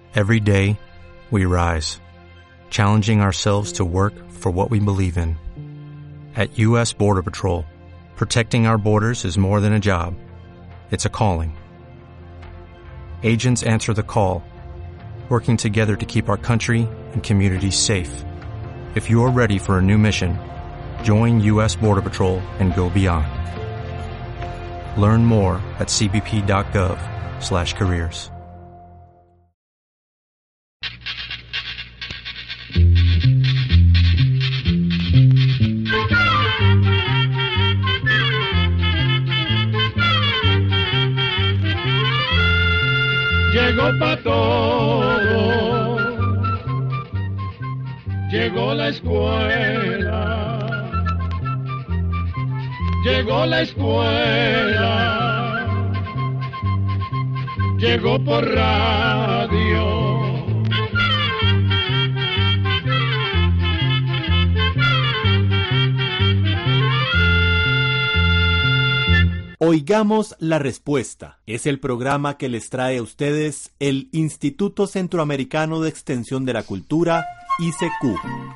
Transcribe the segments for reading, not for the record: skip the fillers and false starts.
Every day, we rise, challenging ourselves to work for what we believe in. At U.S. Border Patrol, protecting our borders is more than a job. It's a calling. Agents answer the call, working together to keep our country and communities safe. If you are ready for a new mission, join U.S. Border Patrol and go beyond. Learn more at cbp.gov/careers. Llegó pa' todo, llegó la escuela, llegó la escuela, llegó por radio. Oigamos la respuesta. Es el programa que les trae a ustedes el Instituto Centroamericano de Extensión de la Cultura, ICQ.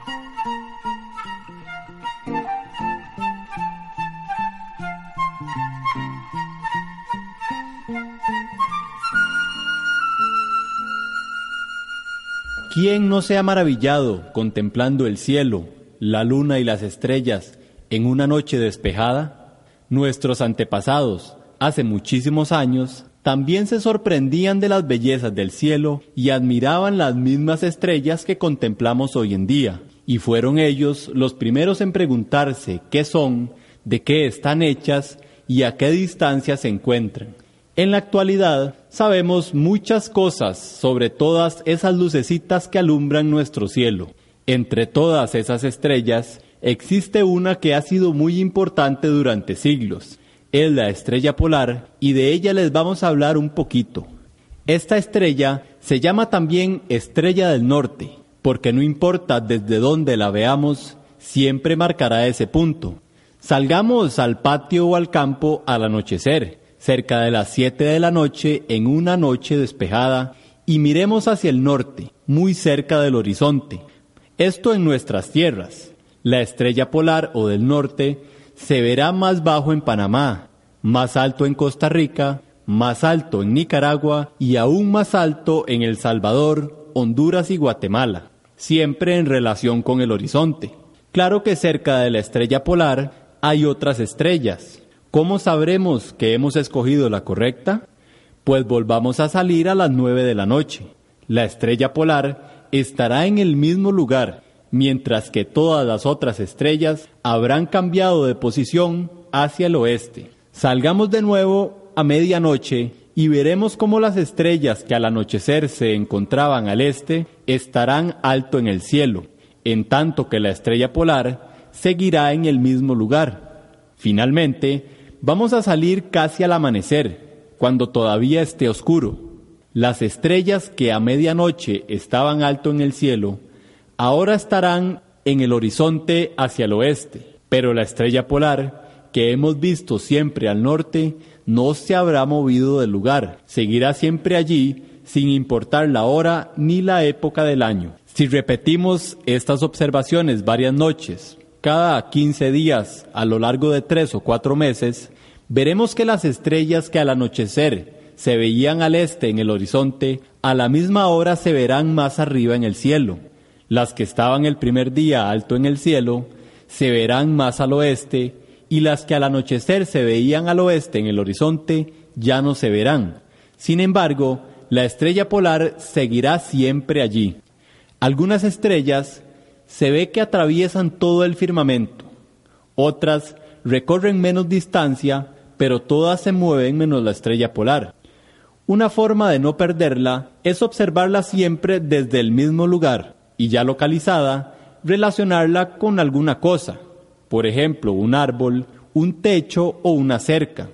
¿Quién no se ha maravillado contemplando el cielo, la luna y las estrellas en una noche despejada? Nuestros antepasados, hace muchísimos años, también se sorprendían de las bellezas del cielo y admiraban las mismas estrellas que contemplamos hoy en día. Y fueron ellos los primeros en preguntarse qué son, de qué están hechas y a qué distancia se encuentran. En la actualidad, sabemos muchas cosas sobre todas esas lucecitas que alumbran nuestro cielo. Entre todas esas estrellas, existe una que ha sido muy importante durante siglos. Es la estrella polar y de ella les vamos a hablar un poquito. Esta estrella se llama también Estrella del Norte, porque no importa desde dónde la veamos, siempre marcará ese punto. Salgamos al patio o al campo al anochecer, cerca de las 7 de la noche en una noche despejada, y miremos hacia el norte, muy cerca del horizonte. Esto en nuestras tierras. La estrella polar o del norte se verá más bajo en Panamá, más alto en Costa Rica, más alto en Nicaragua y aún más alto en El Salvador, Honduras y Guatemala, siempre en relación con el horizonte. Claro que cerca de la estrella polar hay otras estrellas. ¿Cómo sabremos que hemos escogido la correcta? Pues volvamos a salir a las 9 de la noche. La estrella polar estará en el mismo lugar, mientras que todas las otras estrellas habrán cambiado de posición hacia el oeste. Salgamos de nuevo a medianoche y veremos cómo las estrellas que al anochecer se encontraban al este estarán alto en el cielo, en tanto que la estrella polar seguirá en el mismo lugar. Finalmente, vamos a salir casi al amanecer, cuando todavía esté oscuro. Las estrellas que a medianoche estaban alto en el cielo ahora estarán en el horizonte hacia el oeste, pero la estrella polar, que hemos visto siempre al norte, no se habrá movido del lugar, seguirá siempre allí, sin importar la hora ni la época del año. Si repetimos estas observaciones varias noches, cada 15 días a lo largo de 3 o 4 meses, veremos que las estrellas que al anochecer se veían al este en el horizonte, a la misma hora se verán más arriba en el cielo. Las que estaban el primer día alto en el cielo, se verán más al oeste, y las que al anochecer se veían al oeste en el horizonte, ya no se verán. Sin embargo, la estrella polar seguirá siempre allí. Algunas estrellas se ve que atraviesan todo el firmamento. Otras recorren menos distancia, pero todas se mueven menos la estrella polar. Una forma de no perderla es observarla siempre desde el mismo lugar, y ya localizada, relacionarla con alguna cosa, por ejemplo, un árbol, un techo o una cerca.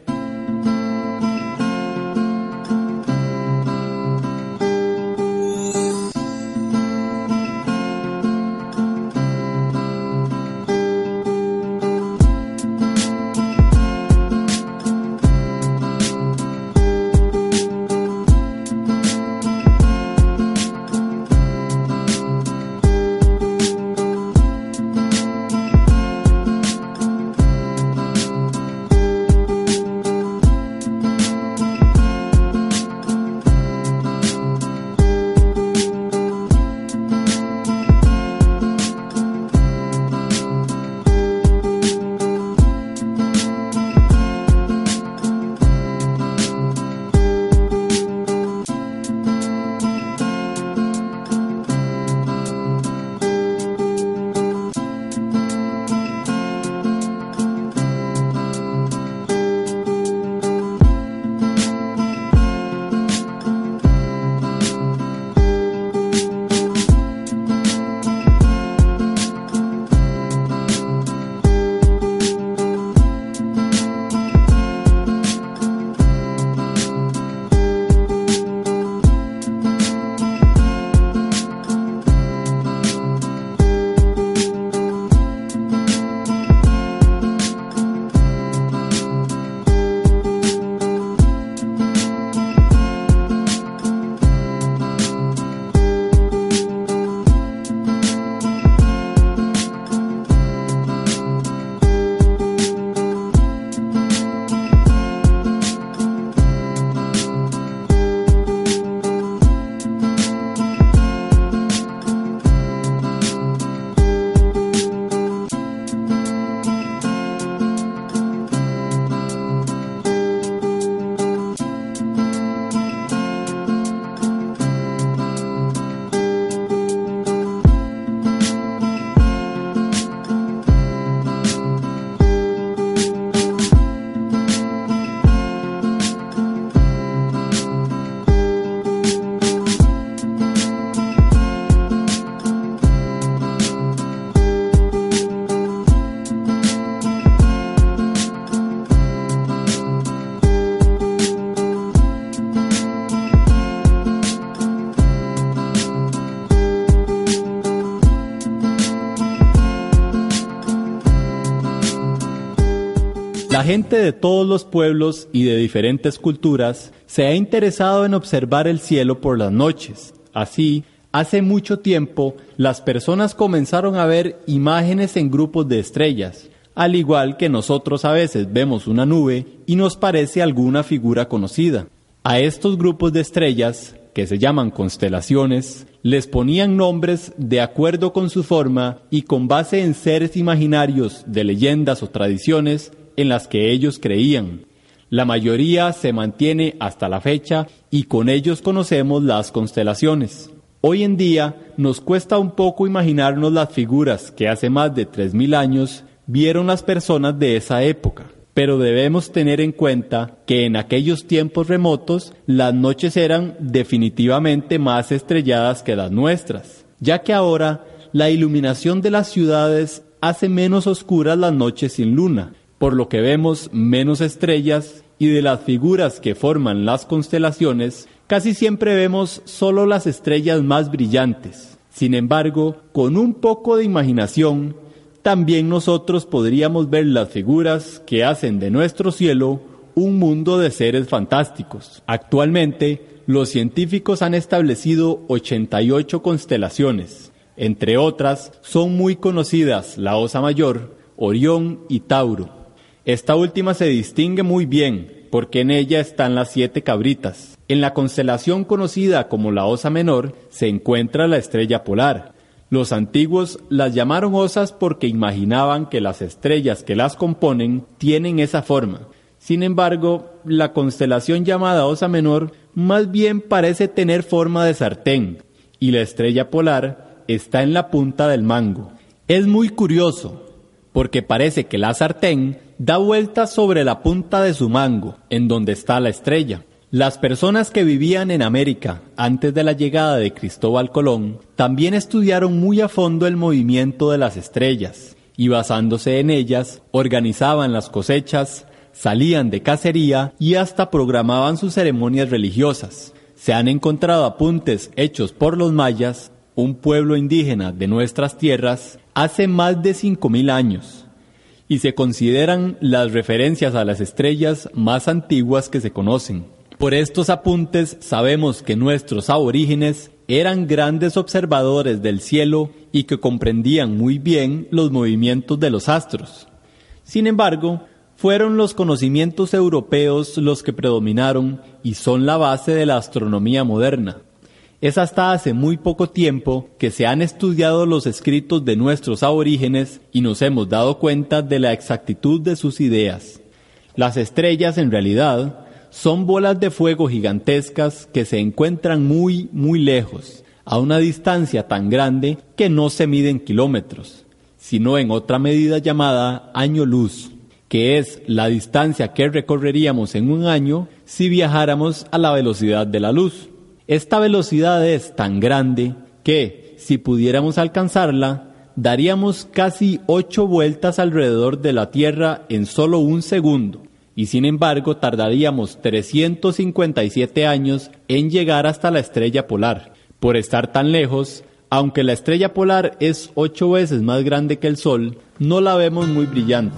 gente de todos los pueblos y de diferentes culturas se ha interesado en observar el cielo por las noches. Así, hace mucho tiempo, las personas comenzaron a ver imágenes en grupos de estrellas, al igual que nosotros a veces vemos una nube y nos parece alguna figura conocida. A estos grupos de estrellas, que se llaman constelaciones, les ponían nombres de acuerdo con su forma y con base en seres imaginarios de leyendas o tradiciones en las que ellos creían. La mayoría se mantiene hasta la fecha y con ellos conocemos las constelaciones. Hoy en día nos cuesta un poco imaginarnos las figuras que hace más de 3000 años vieron las personas de esa época. Pero debemos tener en cuenta que en aquellos tiempos remotos las noches eran definitivamente más estrelladas que las nuestras, ya que ahora la iluminación de las ciudades hace menos oscuras las noches sin luna, por lo que vemos menos estrellas y de las figuras que forman las constelaciones, casi siempre vemos solo las estrellas más brillantes. Sin embargo, con un poco de imaginación, también nosotros podríamos ver las figuras que hacen de nuestro cielo un mundo de seres fantásticos. Actualmente, los científicos han establecido 88 constelaciones. Entre otras, son muy conocidas la Osa Mayor, Orión y Tauro. Esta última se distingue muy bien porque en ella están las 7 cabritas. En la constelación conocida como la Osa Menor se encuentra la estrella polar. Los antiguos las llamaron osas porque imaginaban que las estrellas que las componen tienen esa forma. Sin embargo, la constelación llamada Osa Menor más bien parece tener forma de sartén, y la estrella polar está en la punta del mango. Es muy curioso, porque parece que la sartén da vueltas sobre la punta de su mango, en donde está la estrella. Las personas que vivían en América antes de la llegada de Cristóbal Colón también estudiaron muy a fondo el movimiento de las estrellas y basándose en ellas organizaban las cosechas, salían de cacería y hasta programaban sus ceremonias religiosas. Se han encontrado apuntes hechos por los mayas, un pueblo indígena de nuestras tierras, hace más de 5000 años y se consideran las referencias a las estrellas más antiguas que se conocen. Por estos apuntes sabemos que nuestros aborígenes eran grandes observadores del cielo y que comprendían muy bien los movimientos de los astros. Sin embargo, fueron los conocimientos europeos los que predominaron y son la base de la astronomía moderna. Es hasta hace muy poco tiempo que se han estudiado los escritos de nuestros aborígenes y nos hemos dado cuenta de la exactitud de sus ideas. Las estrellas, en realidad, son bolas de fuego gigantescas que se encuentran muy, muy lejos, a una distancia tan grande que no se mide en kilómetros, sino en otra medida llamada año luz, que es la distancia que recorreríamos en un año si viajáramos a la velocidad de la luz. Esta velocidad es tan grande que, si pudiéramos alcanzarla, daríamos casi 8 vueltas alrededor de la Tierra en solo un segundo. Y sin embargo tardaríamos 357 años en llegar hasta la estrella polar. Por estar tan lejos, aunque la estrella polar es 8 veces más grande que el Sol, no la vemos muy brillante.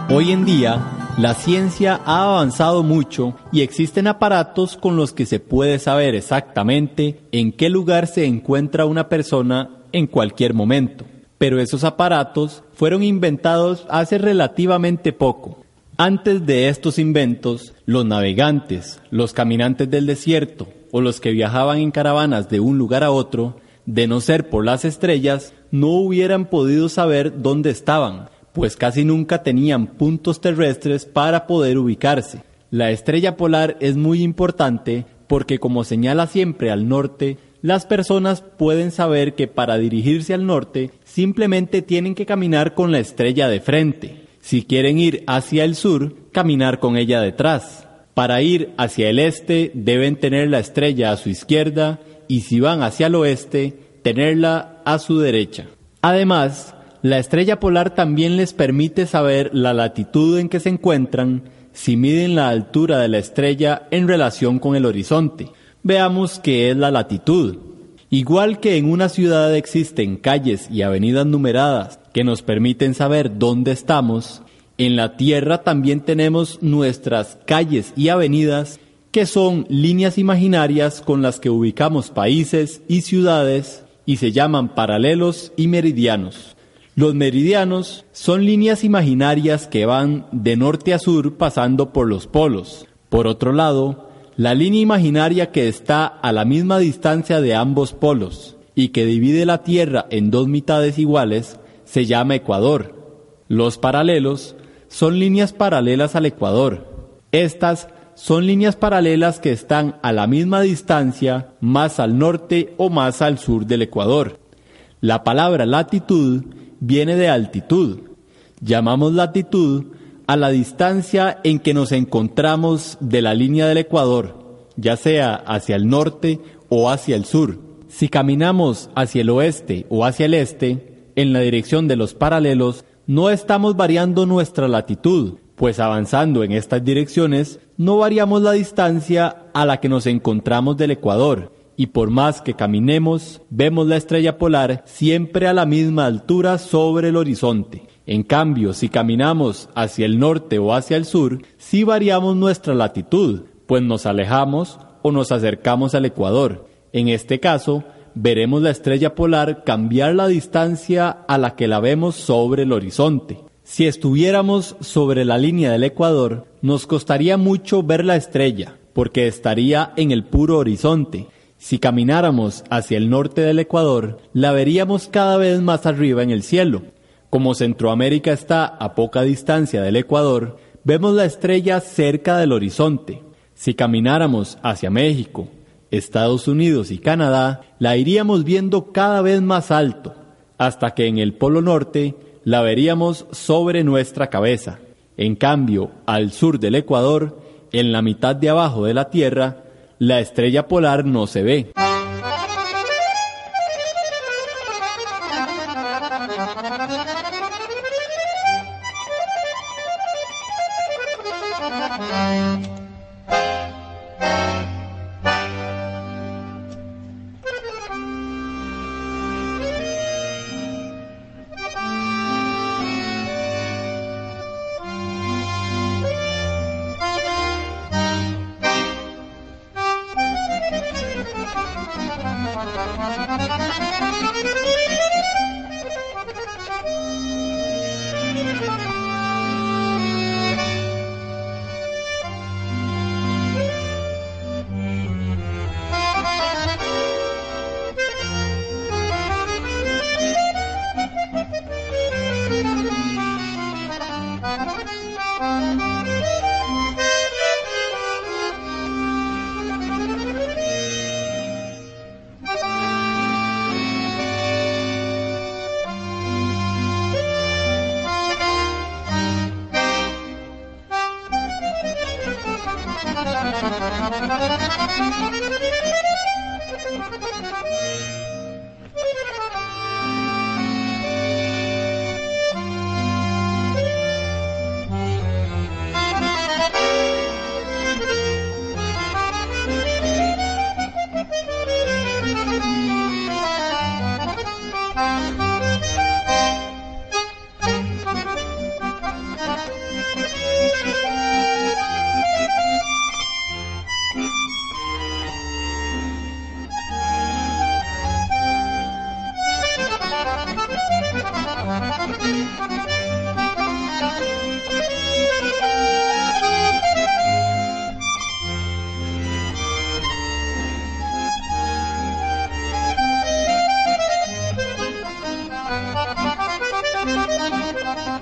Hoy en día, la ciencia ha avanzado mucho y existen aparatos con los que se puede saber exactamente en qué lugar se encuentra una persona en cualquier momento. Pero esos aparatos fueron inventados hace relativamente poco. Antes de estos inventos, los navegantes, los caminantes del desierto o los que viajaban en caravanas de un lugar a otro, de no ser por las estrellas, no hubieran podido saber dónde estaban, pues casi nunca tenían puntos terrestres para poder ubicarse. La estrella polar es muy importante porque, como señala siempre al norte, las personas pueden saber que para dirigirse al norte simplemente tienen que caminar con la estrella de frente. Si quieren ir hacia el sur, caminar con ella detrás. Para ir hacia el este deben tener la estrella a su izquierda y si van hacia el oeste, tenerla a su derecha. Además, la estrella polar también les permite saber la latitud en que se encuentran si miden la altura de la estrella en relación con el horizonte. Veamos qué es la latitud. Igual que en una ciudad existen calles y avenidas numeradas que nos permiten saber dónde estamos, en la Tierra también tenemos nuestras calles y avenidas que son líneas imaginarias con las que ubicamos países y ciudades y se llaman paralelos y meridianos. Los meridianos son líneas imaginarias que van de norte a sur pasando por los polos. Por otro lado, la línea imaginaria que está a la misma distancia de ambos polos y que divide la Tierra en dos mitades iguales se llama ecuador. Los paralelos son líneas paralelas al ecuador. Estas son líneas paralelas que están a la misma distancia más al norte o más al sur del ecuador. La palabra latitud viene de altitud. Llamamos latitud a la distancia en que nos encontramos de la línea del ecuador, ya sea hacia el norte o hacia el sur. Si caminamos hacia el oeste o hacia el este, en la dirección de los paralelos, no estamos variando nuestra latitud, pues avanzando en estas direcciones, no variamos la distancia a la que nos encontramos del ecuador. Y por más que caminemos, vemos la estrella polar siempre a la misma altura sobre el horizonte. En cambio, si caminamos hacia el norte o hacia el sur, sí variamos nuestra latitud, pues nos alejamos o nos acercamos al ecuador. En este caso, veremos la estrella polar cambiar la distancia a la que la vemos sobre el horizonte. Si estuviéramos sobre la línea del ecuador, nos costaría mucho ver la estrella, porque estaría en el puro horizonte. Si camináramos hacia el norte del ecuador, la veríamos cada vez más arriba en el cielo. Como Centroamérica está a poca distancia del ecuador, vemos la estrella cerca del horizonte. Si camináramos hacia México, Estados Unidos y Canadá, la iríamos viendo cada vez más alto, hasta que en el Polo Norte la veríamos sobre nuestra cabeza. En cambio, al sur del ecuador, en la mitad de abajo de la Tierra, la estrella polar no se ve.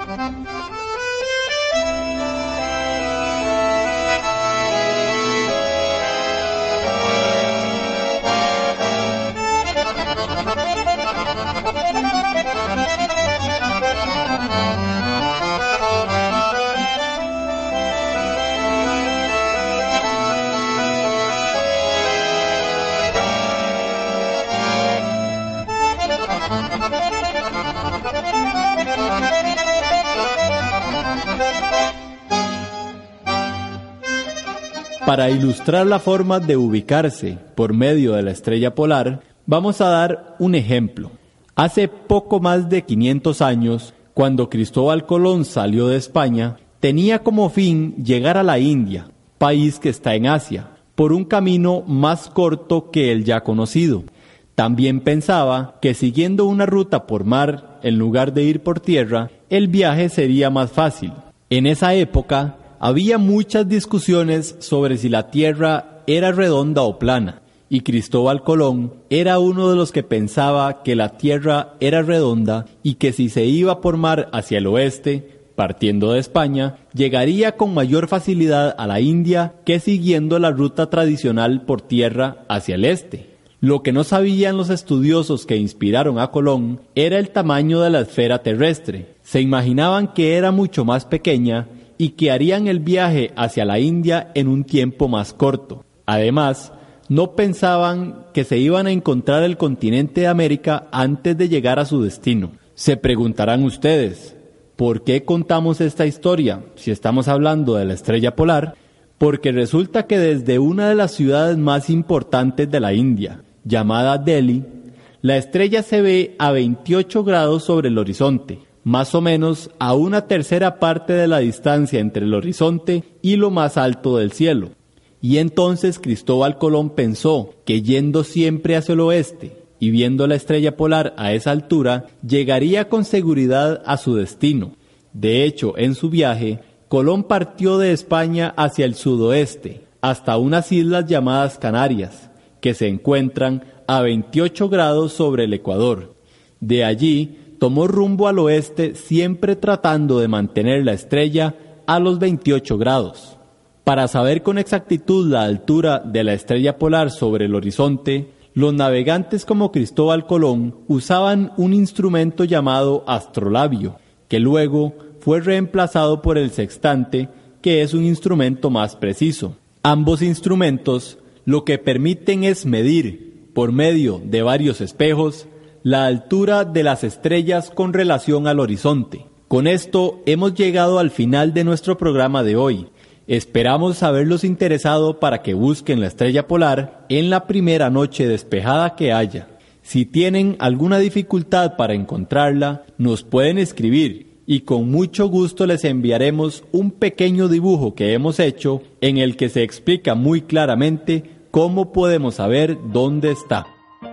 Para ilustrar la forma de ubicarse por medio de la estrella polar, vamos a dar un ejemplo. Hace poco más de 500 años, cuando Cristóbal Colón salió de España, tenía como fin llegar a la India, país que está en Asia, por un camino más corto que el ya conocido. También pensaba que siguiendo una ruta por mar en lugar de ir por tierra, el viaje sería más fácil. En esa época había muchas discusiones sobre si la Tierra era redonda o plana, y Cristóbal Colón era uno de los que pensaba que la Tierra era redonda y que si se iba por mar hacia el oeste, partiendo de España, llegaría con mayor facilidad a la India que siguiendo la ruta tradicional por tierra hacia el este. Lo que no sabían los estudiosos que inspiraron a Colón era el tamaño de la esfera terrestre. Se imaginaban que era mucho más pequeña y que harían el viaje hacia la India en un tiempo más corto. Además, no pensaban que se iban a encontrar el continente de América antes de llegar a su destino. Se preguntarán ustedes, ¿por qué contamos esta historia si estamos hablando de la estrella polar? Porque resulta que desde una de las ciudades más importantes de la India, llamada Delhi, la estrella se ve a 28 grados sobre el horizonte, más o menos a una tercera parte de la distancia entre el horizonte y lo más alto del cielo. Y entonces Cristóbal Colón pensó que yendo siempre hacia el oeste y viendo la estrella polar a esa altura, llegaría con seguridad a su destino. De hecho, en su viaje, Colón partió de España hacia el sudoeste, hasta unas islas llamadas Canarias, que se encuentran a 28 grados sobre el Ecuador. De allí, tomó rumbo al oeste, siempre tratando de mantener la estrella a los 28 grados. Para saber con exactitud la altura de la estrella polar sobre el horizonte, los navegantes como Cristóbal Colón usaban un instrumento llamado astrolabio, que luego fue reemplazado por el sextante, que es un instrumento más preciso. Ambos instrumentos lo que permiten es medir, por medio de varios espejos, la altura de las estrellas con relación al horizonte. Con esto hemos llegado al final de nuestro programa de hoy. Esperamos haberlos interesado para que busquen la estrella polar en la primera noche despejada que haya. Si tienen alguna dificultad para encontrarla, nos pueden escribir y con mucho gusto les enviaremos un pequeño dibujo que hemos hecho en el que se explica muy claramente cómo podemos saber dónde está.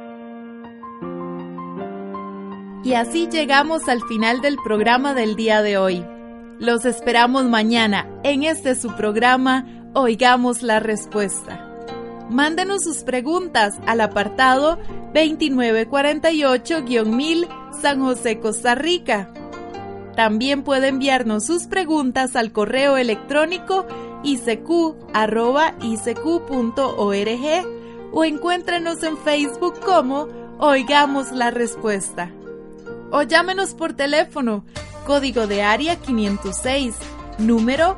Y así llegamos al final del programa del día de hoy. Los esperamos mañana en este su programa Oigamos la Respuesta. Mándenos sus preguntas al apartado 2948-1000 San José, Costa Rica. También puede enviarnos sus preguntas al correo electrónico icq@icq.org o encuéntrenos en Facebook como Oigamos la Respuesta. O llámenos por teléfono, código de área 506, número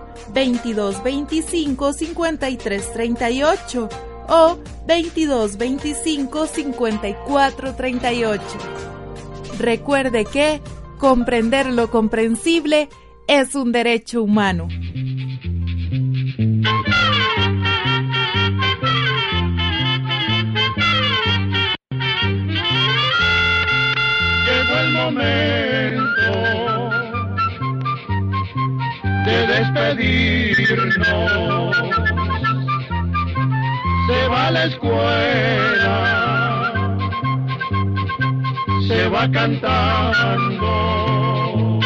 2225-5338 o 2225-5438. Recuerde que comprender lo comprensible es un derecho humano. Llegó el momento de despedirnos. Se va a la escuela, se va cantando.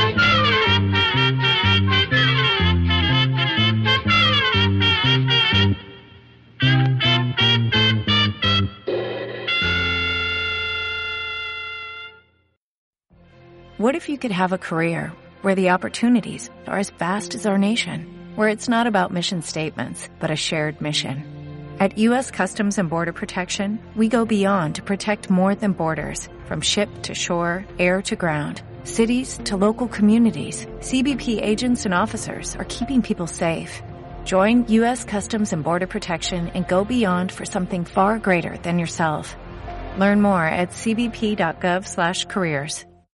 What if you could have a career where the opportunities are as vast as our nation, where it's not about mission statements, but a shared mission. At U.S. Customs and Border Protection, we go beyond to protect more than borders. From ship to shore, air to ground, cities to local communities, CBP agents and officers are keeping people safe. Join U.S. Customs and Border Protection and go beyond for something far greater than yourself. Learn more at cbp.gov/careers.